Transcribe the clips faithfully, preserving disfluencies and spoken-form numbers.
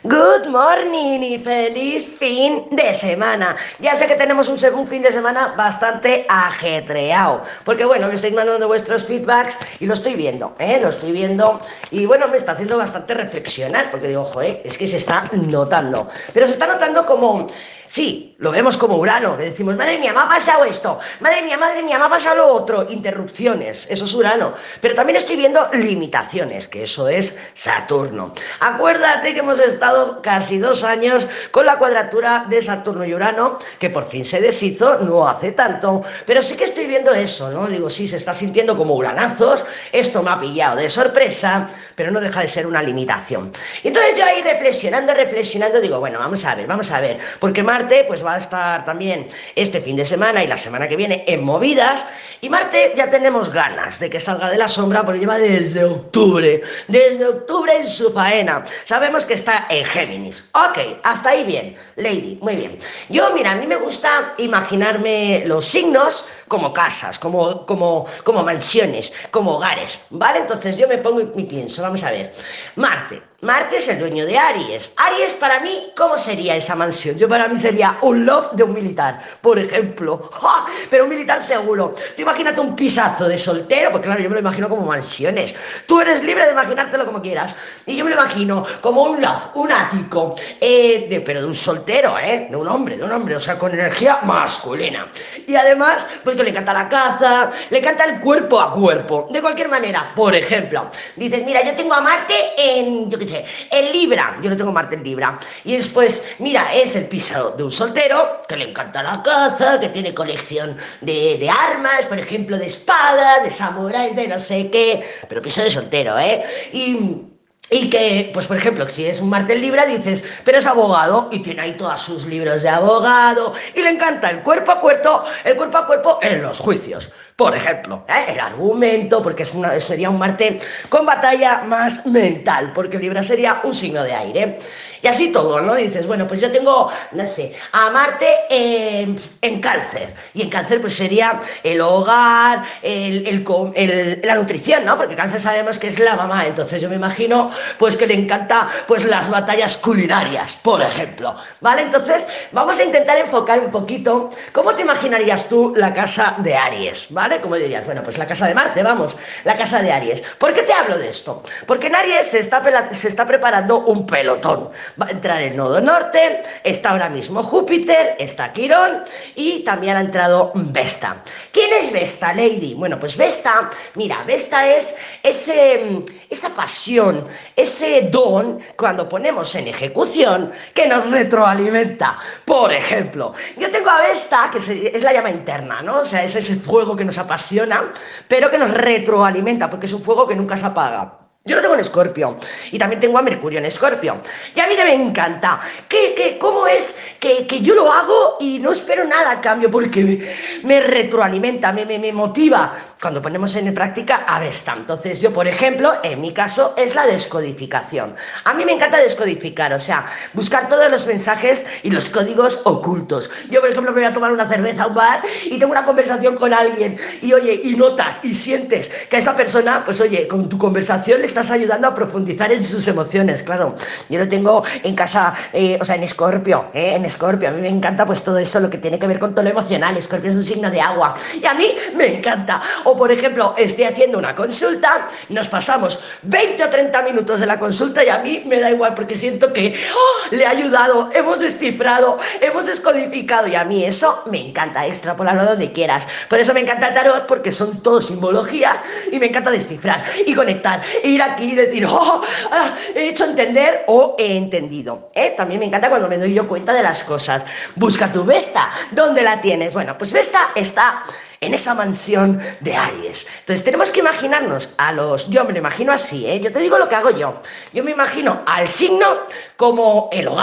Good morning y feliz fin de semana. Ya sé que tenemos un, un fin de semana bastante ajetreado, porque bueno, me estáis mandando vuestros feedbacks y lo estoy viendo, ¿eh? Lo estoy viendo y bueno, me está haciendo bastante reflexionar, porque digo, joder, es que se está notando, pero se está notando como... Sí, lo vemos como Urano, que decimos, madre mía, me ha pasado esto, madre mía, madre mía, me ha pasado lo otro, interrupciones, eso es Urano, pero también estoy viendo limitaciones, que eso es Saturno. Acuérdate que hemos estado casi dos años con la cuadratura de Saturno y Urano, que por fin se deshizo, no hace tanto, pero sí que estoy viendo eso, ¿no? Digo, sí, se está sintiendo como uranazos, esto me ha pillado de sorpresa, pero no deja de ser una limitación. Y entonces yo ahí reflexionando, reflexionando, digo, bueno, vamos a ver, vamos a ver, porque Marte pues va a estar también este fin de semana y la semana que viene en movidas, y Marte ya tenemos ganas de que salga de la sombra porque lleva desde octubre, desde octubre en su faena. Sabemos que está en Géminis. Ok, hasta ahí bien, Lady, muy bien. Yo, mira, a mí me gusta imaginarme los signos como casas, como, como, como mansiones, como hogares, ¿vale? Entonces yo me pongo y pienso, vamos a ver, Marte. Marte es el dueño de Aries. Aries para mí, ¿cómo sería esa mansión? Yo para mí sería un loft de un militar, por ejemplo. ¡Ja! Pero un militar seguro. Tú imagínate un pisazo de soltero, porque claro, yo me lo imagino como mansiones. Tú eres libre de imaginártelo como quieras. Y yo me lo imagino como un loft, un ático, eh, de, pero de un soltero, ¿eh? De un hombre, de un hombre, o sea, con energía masculina. Y además, pues que le encanta la caza, le encanta el cuerpo a cuerpo. De cualquier manera, por ejemplo, dices, mira, yo tengo a Marte en, yo qué sé, en Libra, yo no tengo Marte en Libra, y después, mira, es el piso de un soltero que le encanta la caza, que tiene colección de, de armas, por ejemplo, de espadas, de samuráis, de no sé qué, pero piso de soltero, ¿eh? Y... Y que, pues por ejemplo, si es un Marte en Libra, dices, pero es abogado y tiene ahí todos sus libros de abogado y le encanta el cuerpo a cuerpo, el cuerpo a cuerpo en los juicios. Por ejemplo, ¿eh? El argumento, porque es una, sería un Marte con batalla más mental, porque Libra sería un signo de aire. Y así todo, ¿no? Dices, bueno, pues yo tengo, no sé, a Marte en, en Cáncer. Y en Cáncer pues sería el hogar, el, el, el, la nutrición, ¿no? Porque Cáncer sabemos que es la mamá. Entonces yo me imagino pues que le encanta pues las batallas culinarias, por ejemplo. ¿Vale? Entonces vamos a intentar enfocar un poquito cómo te imaginarías tú la casa de Aries, ¿vale? Como dirías, bueno, pues la casa de Marte, vamos, la casa de Aries. ¿Por qué te hablo de esto? Porque en Aries se está, se está preparando un pelotón. Va a entrar el nodo norte, está ahora mismo Júpiter, está Quirón y también ha entrado Vesta. ¿Quién es Vesta, Lady? Bueno, pues Vesta, mira, Vesta es ese, esa pasión, ese don cuando ponemos en ejecución que nos retroalimenta. Por ejemplo, yo tengo a Vesta, que es la llama interna, ¿no? O sea, es ese fuego que nos apasiona, pero que nos retroalimenta, porque es un fuego que nunca se apaga. Yo lo tengo en Escorpio y también tengo a Mercurio en Escorpio. Y a mí que me encanta. ¿Qué, qué, ¿Cómo es que, que yo lo hago y no espero nada a cambio? Porque me, me retroalimenta, me, me, me motiva cuando ponemos en práctica a Vesta. Entonces yo, por ejemplo, en mi caso es la descodificación. A mí me encanta descodificar, o sea, buscar todos los mensajes y los códigos ocultos. Yo, por ejemplo, me voy a tomar una cerveza a un bar y tengo una conversación con alguien y, oye, y notas y sientes que a esa persona, pues, oye, con tu conversación le estás ayudando a profundizar en sus emociones, claro. Yo lo tengo en casa, eh, o sea, en Escorpio, ¿eh? En Escorpio. A mí me encanta pues todo eso, lo que tiene que ver con todo lo emocional. Escorpio es un signo de agua y a mí me encanta. O, por ejemplo, estoy haciendo una consulta, nos pasamos veinte o treinta minutos de la consulta y a mí me da igual porque siento que oh, le ha ayudado, hemos descifrado, hemos descodificado y a mí eso me encanta, extrapolarlo donde quieras. Por eso me encanta el tarot, porque son todo simbología y me encanta descifrar y conectar, e ir aquí y decir, oh, ah, he hecho entender o he entendido. ¿eh? También me encanta cuando me doy yo cuenta de las cosas. Busca tu Vesta. ¿Dónde la tienes? Bueno, pues Vesta está en esa mansión de Aries. Entonces tenemos que imaginarnos a los... Yo me lo imagino así, ¿eh? Yo te digo lo que hago yo. Yo me imagino al signo como el hogar.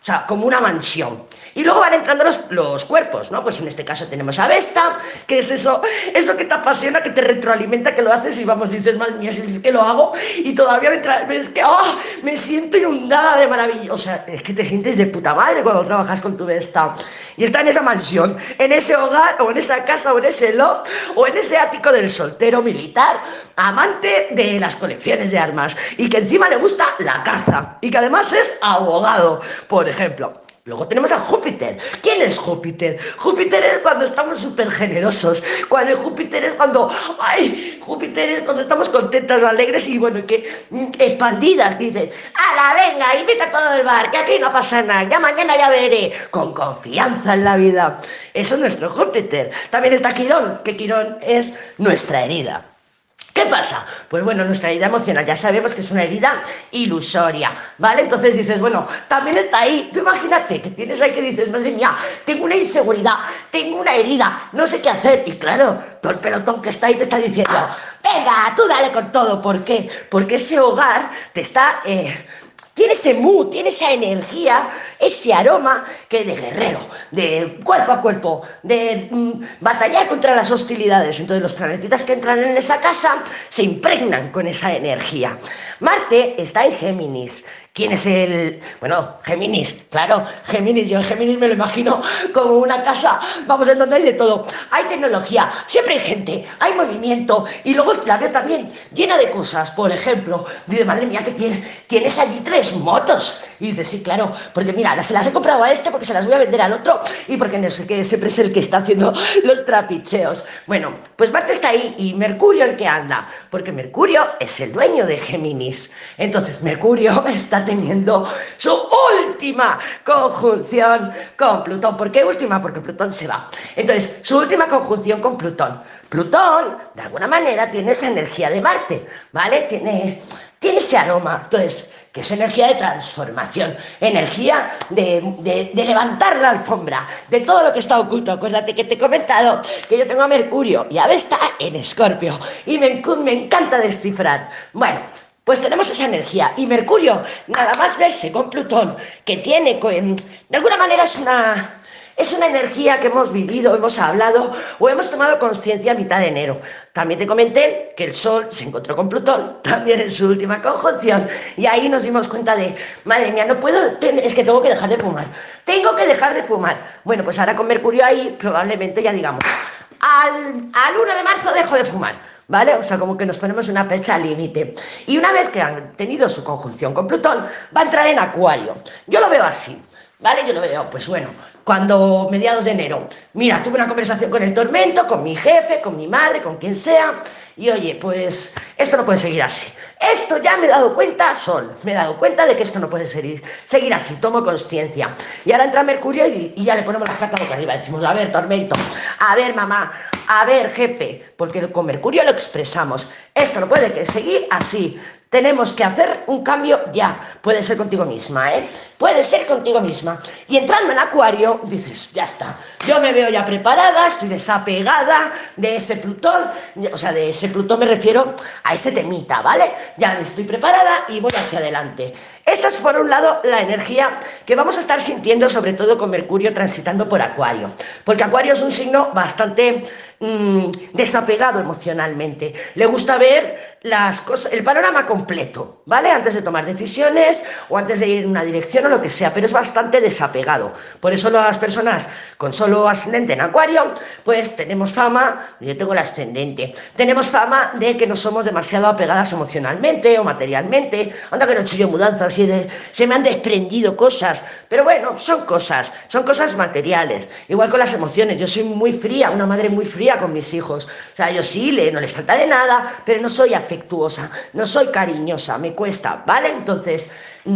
sea, como una mansión. Y luego van entrando los, los cuerpos, ¿no? Pues en este caso tenemos a Vesta, que es eso, eso que te apasiona, que te retroalimenta, que lo haces y vamos, dices, madre mía, si es que lo hago y todavía me trae, es que, oh, me siento inundada de maravilla. O sea, es que te sientes de puta madre cuando trabajas con tu Vesta. Y está en esa mansión, en ese hogar, o en esa casa, o en ese loft, o en ese ático del soltero militar, amante de las colecciones de armas, y que encima le gusta la caza, y que además es abogado, por ejemplo. Luego tenemos a Júpiter. ¿Quién es Júpiter? Júpiter es cuando estamos súper generosos. Cuando Júpiter es cuando... ¡Ay! Júpiter es cuando estamos contentas, alegres y bueno, que mm, expandidas. Dicen, ¡hala, venga, invita a todo el bar, que aquí no pasa nada, ya mañana ya veré! Con confianza en la vida. Eso es nuestro Júpiter. También está Quirón, que Quirón es nuestra herida. ¿Qué pasa? Pues bueno, nuestra herida emocional ya sabemos que es una herida ilusoria, ¿vale? Entonces dices, bueno, también está ahí. Tú imagínate que tienes ahí que dices, madre mía, tengo una inseguridad, tengo una herida, no sé qué hacer. Y claro, todo el pelotón que está ahí te está diciendo, venga, tú dale con todo. ¿Por qué? Porque ese hogar te está... Eh, tiene ese mood, tiene esa energía, ese aroma que de guerrero, de cuerpo a cuerpo, de mm, batallar contra las hostilidades. Entonces los planetitas que entran en esa casa se impregnan con esa energía. Marte está en Géminis. ¿Quién es el...? Bueno, Géminis, claro, Géminis, yo en Géminis me lo imagino como una casa, vamos, en donde hay de todo. Hay tecnología, siempre hay gente, hay movimiento, y luego la veo también llena de cosas. Por ejemplo, dice, madre mía, que tiene, tienes allí tres motos. Y dice, sí, claro, porque mira, se las he comprado a este porque se las voy a vender al otro y porque no sé qué, siempre es el que está haciendo los trapicheos. Bueno, pues Marte está ahí y Mercurio el que anda, porque Mercurio es el dueño de Géminis. Entonces Mercurio está teniendo su última conjunción con Plutón. ¿Por qué última? Porque Plutón se va. Entonces, su última conjunción con Plutón. Plutón, de alguna manera, tiene esa energía de Marte, ¿vale? Tiene, tiene ese aroma. Entonces, que es energía de transformación, energía de, de, de levantar la alfombra, de todo lo que está oculto. Acuérdate que te he comentado que yo tengo a Mercurio y a Vesta en Escorpio y me, me encanta descifrar. Bueno, pues tenemos esa energía y Mercurio, nada más verse con Plutón, que tiene, de alguna manera es una... Es una energía que hemos vivido, hemos hablado o hemos tomado conciencia a mitad de enero. También te comenté que el Sol se encontró con Plutón, también en su última conjunción, y ahí nos dimos cuenta de, madre mía, no puedo, es que tengo que dejar de fumar, tengo que dejar de fumar. Bueno, pues ahora con Mercurio ahí, probablemente ya digamos, al, al uno de marzo dejo de fumar, ¿vale? O sea, como que nos ponemos una fecha límite. Y una vez que han tenido su conjunción con Plutón, va a entrar en Acuario. Yo lo veo así, ¿vale? Yo lo veo, pues bueno, cuando mediados de enero, mira, tuve una conversación con el tormento, con mi jefe, con mi madre, con quien sea, y oye, pues esto no puede seguir así. Esto ya me he dado cuenta, Sol, me he dado cuenta de que esto no puede seguir, seguir así, tomo conciencia. Y ahora entra Mercurio y, y ya le ponemos la carta boca arriba, decimos, a ver, tormento, a ver, mamá, a ver, jefe, porque con Mercurio lo expresamos. Esto no puede seguir así. Tenemos que hacer un cambio ya. Puede ser contigo misma, ¿eh? Puede ser contigo misma. Y entrando en Acuario, dices, ya está. Yo me veo ya preparada, estoy desapegada de ese Plutón. O sea, de ese Plutón me refiero a ese temita, ¿vale? Ya estoy preparada y voy hacia adelante. Esa es, por un lado, la energía que vamos a estar sintiendo, sobre todo con Mercurio transitando por Acuario. Porque Acuario es un signo bastante mmm, desapegado emocionalmente. Le gusta ver las cosas, el panorama completo, ¿vale? Antes de tomar decisiones o antes de ir en una dirección o lo que sea, pero es bastante desapegado. Por eso las personas con solo ascendente en Acuario, pues tenemos fama, yo tengo el ascendente, tenemos fama de que no somos demasiado apegadas emocionalmente o materialmente. Anda que no he hecho yo mudanzas y de, se me han desprendido cosas, pero bueno, son cosas, son cosas materiales. Igual con las emociones, yo soy muy fría, una madre muy fría con mis hijos. O sea, yo sí, le, no les falta de nada, pero no soy afectuosa, no soy cariñosa, me cuesta, ¿vale? Entonces,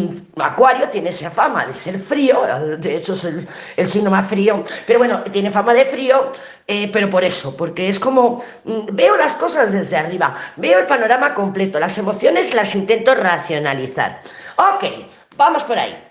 Acuario tiene esa fama de ser frío, de hecho es el, el signo más frío, pero bueno, tiene fama de frío, eh, pero por eso, porque es como, veo las cosas desde arriba, veo el panorama completo, las emociones las intento racionalizar. Ok, vamos por ahí.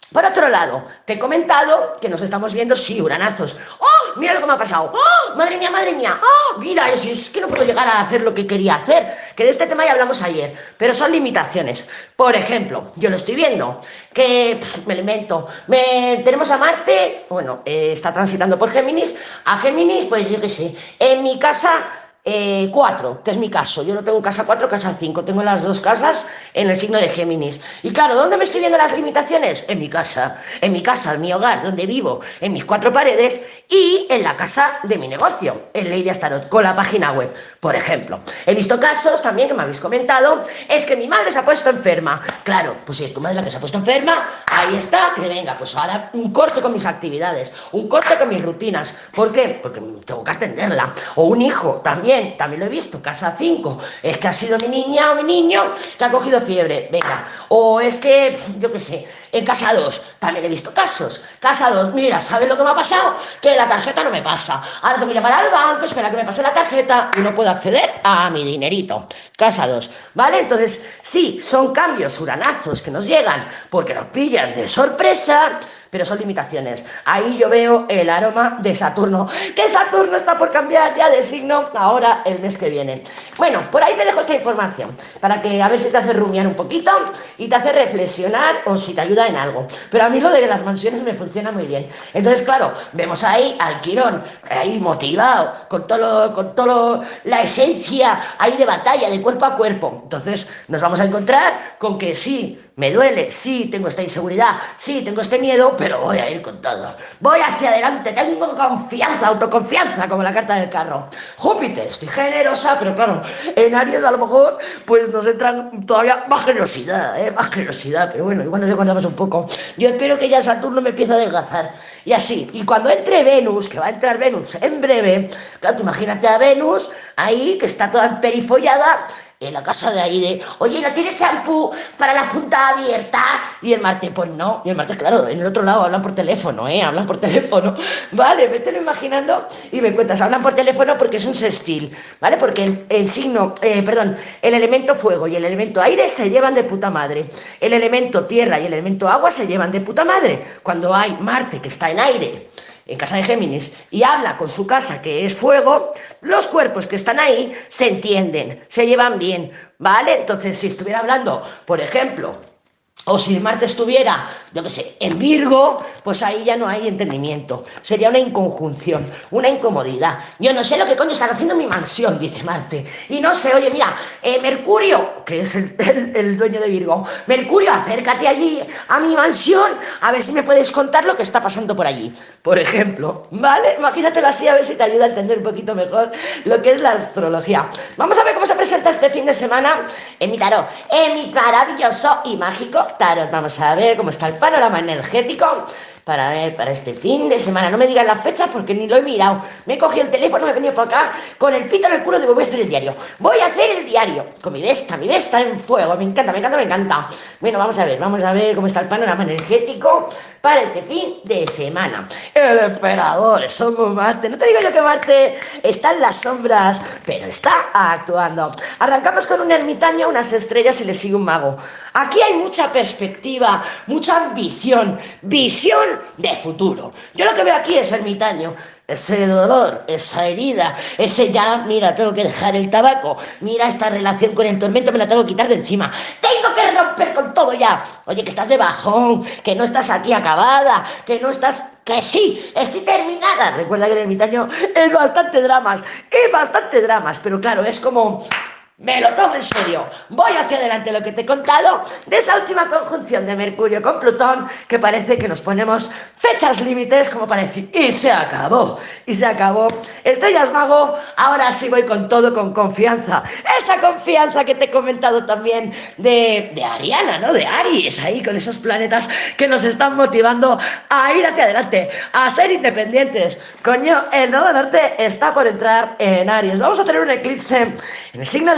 Por otro lado, te he comentado que nos estamos viendo, sí, uranazos. ¡Oh! Mira lo que me ha pasado. ¡Oh! Madre mía, madre mía. ¡Oh! Mira, es, es que no puedo llegar a hacer lo que quería hacer. Que de este tema ya hablamos ayer. Pero son limitaciones. Por ejemplo, yo lo estoy viendo. Que pff, me lo invento. Me, tenemos a Marte. Bueno, eh, está transitando por Géminis. A Géminis, pues yo qué sé. En mi casa. Eh, cuatro, que es mi caso. Yo no tengo casa cuatro, casa cinco. Tengo las dos casas en el signo de Géminis. Y claro, ¿dónde me estoy viendo las limitaciones? En mi casa. En mi casa, en mi hogar, donde vivo, en mis cuatro paredes y en la casa de mi negocio, en Lady Astarot, con la página web, por ejemplo. He visto casos también que me habéis comentado, es que mi madre se ha puesto enferma. Claro, pues si es tu madre la que se ha puesto enferma, ahí está, que venga, pues ahora un corte con mis actividades, un corte con mis rutinas. ¿Por qué? Porque tengo que atenderla. O un hijo, también, también lo he visto, casa cinco, es que ha sido mi niña o mi niño que ha cogido fiebre, venga. O es que, yo qué sé, en casa dos, también he visto casos. Casa dos, mira, ¿sabes lo que me ha pasado? Que la tarjeta no me pasa. Ahora tengo que llamar al banco, espera que me pase la tarjeta y no puedo acceder a mi dinerito. Casa dos, ¿vale? Entonces, sí, son cambios uranazos que nos llegan porque nos pillan de sorpresa, pero son limitaciones. Ahí yo veo el aroma de Saturno, que Saturno está por cambiar ya de signo ahora el mes que viene. Bueno, por ahí te dejo esta información, para que a ver si te hace rumiar un poquito y te hace reflexionar o si te ayuda en algo. Pero a mí lo de las mansiones me funciona muy bien. Entonces, claro, vemos ahí al Quirón, ahí motivado, con todo, lo, con todo la esencia ahí de batalla, de cuerpo a cuerpo. Entonces nos vamos a encontrar con que sí, me duele, sí, tengo esta inseguridad, sí, tengo este miedo, pero voy a ir con todo. Voy hacia adelante, tengo confianza, autoconfianza, como la carta del carro. Júpiter, estoy generosa, pero claro, en Aries a lo mejor pues nos entran todavía más generosidad, ¿eh? Más generosidad, pero bueno, igual nos aguantamos un poco. Yo espero que ya Saturno me empiece a adelgazar. Y así, y cuando entre Venus, que va a entrar Venus en breve, claro, tú imagínate a Venus ahí, que está toda perifollada, en la casa de ahí de, oye, ¿no tiene champú para las puntas abiertas? Y el martes, pues no. Y el martes, claro, en el otro lado hablan por teléfono, ¿eh? Hablan por teléfono. Vale, me estoy imaginando y me cuentas, hablan por teléfono porque es un sextil, ¿vale? Porque el, el signo, eh, perdón, el elemento fuego y el elemento aire se llevan de puta madre. El elemento tierra y el elemento agua se llevan de puta madre. Cuando hay Marte, que está en aire, en casa de Géminis, y habla con su casa, que es fuego, los cuerpos que están ahí se entienden, se llevan bien, ¿vale? Entonces, si estuviera hablando, por ejemplo, o si Marte estuviera, yo qué sé, en Virgo, pues ahí ya no hay entendimiento. Sería una inconjunción, una incomodidad. Yo no sé lo que coño está haciendo mi mansión, dice Marte. Y no sé, oye, mira, eh, Mercurio, que es el, el, el dueño de Virgo, Mercurio, acércate allí a mi mansión, a ver si me puedes contar lo que está pasando por allí. Por ejemplo, ¿vale? Imagínatelo así, a ver si te ayuda a entender un poquito mejor lo que es la astrología. Vamos a ver cómo se presenta este fin de semana en mi tarot, en mi maravilloso y mágico tarot. Vamos a ver cómo está el panorama energético para ver, para este fin de semana. No me digan las fechas porque ni lo he mirado. Me he cogido el teléfono, me he venido por acá con el pito en el culo, digo, voy a hacer el diario. Voy a hacer el diario con mi Vesta, mi Vesta en fuego. Me encanta, me encanta, me encanta. Bueno, vamos a ver, vamos a ver cómo está el panorama energético para este fin de semana. El emperador, somos Marte. No te digo yo que Marte está en las sombras, pero está actuando. Arrancamos con un ermitaño, unas estrellas y le sigue un mago. Aquí hay mucha perspectiva, mucha ambición, visión de futuro. Yo lo que veo aquí es ermitaño. Ese dolor, esa herida, ese ya, mira, tengo que dejar el tabaco, mira esta relación con el tormento, me la tengo que quitar de encima, tengo que romper con todo ya. Oye, que estás de bajón, que no estás aquí acabada, que no estás... Que sí, estoy terminada. Recuerda que el ermitaño es bastante dramas, es bastante dramas, pero claro, es como... Me lo tomo en serio, voy hacia adelante. Lo que te he contado de esa última conjunción de Mercurio con Plutón, que parece que nos ponemos fechas límites como para decir, y se acabó, y se acabó. Estrellas Mago, ahora sí voy con todo, con confianza. Esa confianza que te he comentado también de, de Ariana, ¿no? De Aries, ahí con esos planetas que nos están motivando a ir hacia adelante, a ser independientes. Coño, el nodo norte está por entrar en Aries. Vamos a tener un eclipse en el signo de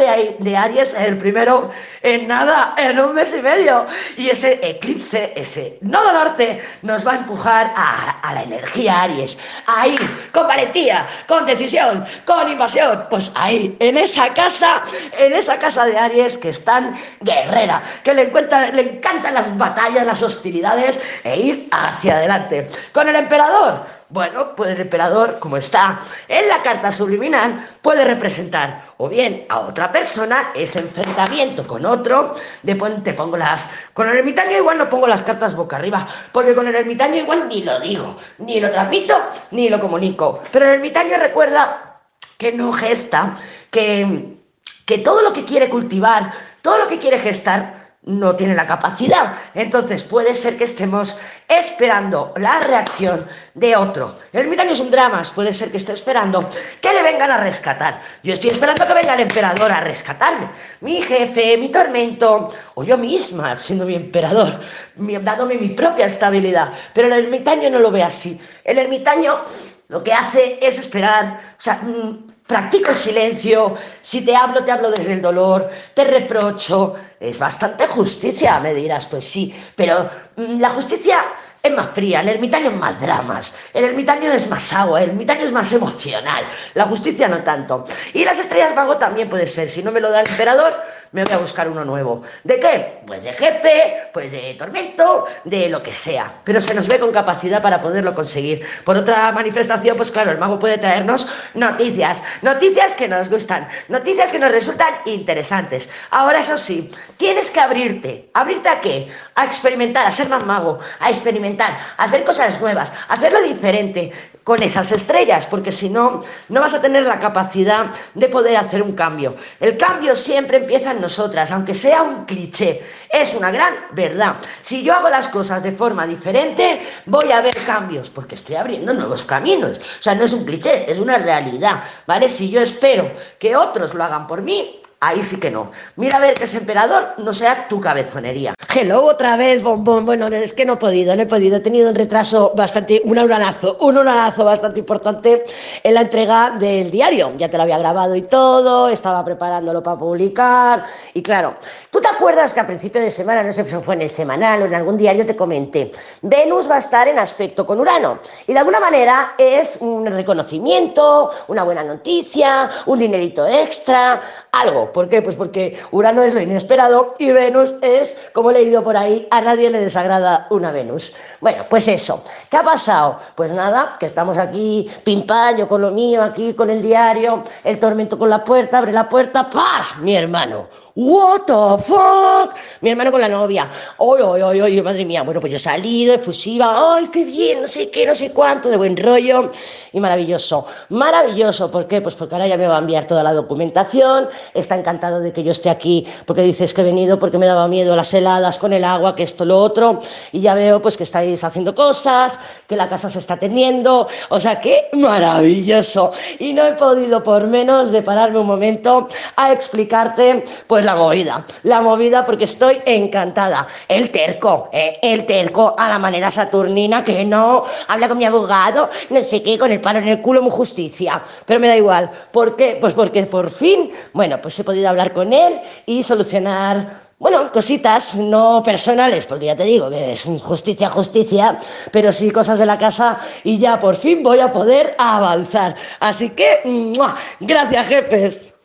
de, ahí- de Aries, el primero en nada, en un mes y medio. Y ese eclipse, ese nodo norte, nos va a empujar a, a la energía Aries, a ir con valentía, con decisión, con invasión, pues ahí, en esa casa, en esa casa de Aries que es tan guerrera, que le, encuentra, le encantan las batallas, las hostilidades e ir hacia adelante. Con el emperador, bueno, pues el emperador, como está en la carta subliminal, puede representar o bien a otra persona, ese enfrentamiento con otro, de pon, te pongo las... Con el ermitaño igual no pongo las cartas boca arriba, porque con el ermitaño igual ni lo digo, ni lo transmito, ni lo comunico. Pero el ermitaño recuerda que no gesta, que, que todo lo que quiere cultivar, todo lo que quiere gestar, no tiene la capacidad. Entonces puede ser que estemos esperando la reacción de otro. El ermitaño es un drama, puede ser que esté esperando que le vengan a rescatar. Yo estoy esperando que venga el emperador a rescatarme. Mi jefe, mi tormento, o yo misma, siendo mi emperador, dándome mi propia estabilidad. Pero el ermitaño no lo ve así. El ermitaño lo que hace es esperar, o sea, mmm, practico el silencio, si te hablo, te hablo desde el dolor, te reprocho. Es bastante justicia, me dirás, pues sí, pero mmm, la justicia es más fría, el ermitaño es más dramas, el ermitaño es más agua, el ermitaño es más emocional, la justicia no tanto. Y las estrellas mago también puede ser, si no me lo da el emperador, me voy a buscar uno nuevo. ¿De qué? Pues de jefe, pues de tormento, de lo que sea, pero se nos ve con capacidad para poderlo conseguir. Por otra manifestación, pues claro, el mago puede traernos noticias, noticias que nos gustan, noticias que nos resultan interesantes. Ahora, eso sí, tienes que abrirte. ¿Abrirte a qué? A experimentar, a ser más mago, a experimentar, a hacer cosas nuevas, a hacerlo diferente con esas estrellas, porque si no, no vas a tener la capacidad de poder hacer un cambio. El cambio siempre empieza en nosotras, aunque sea un cliché, es una gran verdad. Si yo hago las cosas de forma diferente, voy a ver cambios, porque estoy abriendo nuevos caminos. O sea, no es un cliché, es una realidad, ¿vale? Si yo espero que otros lo hagan por mí, ahí sí que no. Mira a ver que ese emperador no sea tu cabezonería. Hello otra vez, bombón. Bueno, es que no he podido, no he podido. He tenido un retraso bastante, un uranazo, un uranazo bastante importante en la entrega del diario. Ya te lo había grabado y todo, estaba preparándolo para publicar. Y claro, ¿tú te acuerdas que a principio de semana, no sé si fue en el semanal o en algún diario, te comenté, Venus va a estar en aspecto con Urano? Y de alguna manera es un reconocimiento, una buena noticia, un dinerito extra, algo. ¿Por qué? Pues porque Urano es lo inesperado y Venus es, como he leído por ahí, a nadie le desagrada una Venus. Bueno, pues eso. ¿Qué ha pasado? Pues nada, que estamos aquí, pim pam, yo con lo mío, aquí con el diario, el tormento con la puerta, abre la puerta, ¡paz! Mi hermano. What the fuck, mi hermano con la novia, ay, ay, ay, ay, madre mía. Bueno, pues yo he salido efusiva, ay, qué bien, no sé qué, no sé cuánto, de buen rollo y maravilloso, maravilloso. ¿Por qué? Pues porque ahora ya me va a enviar toda la documentación, está encantado de que yo esté aquí, porque dices que he venido porque me daba miedo las heladas con el agua, que esto, lo otro, y ya veo pues que estáis haciendo cosas, que la casa se está atendiendo, o sea, qué maravilloso. Y no he podido por menos de pararme un momento a explicarte pues la movida, la movida porque estoy encantada. El terco, eh, el terco a la manera saturnina, que no, habla con mi abogado, no sé qué, con el palo en el culo, muy justicia, pero me da igual. ¿Por qué? Pues porque por fin, bueno, pues he podido hablar con él y solucionar, bueno, cositas no personales, porque ya te digo que es justicia, justicia, pero sí cosas de la casa y ya por fin voy a poder avanzar. Así que, ¡mua! Gracias, jefes.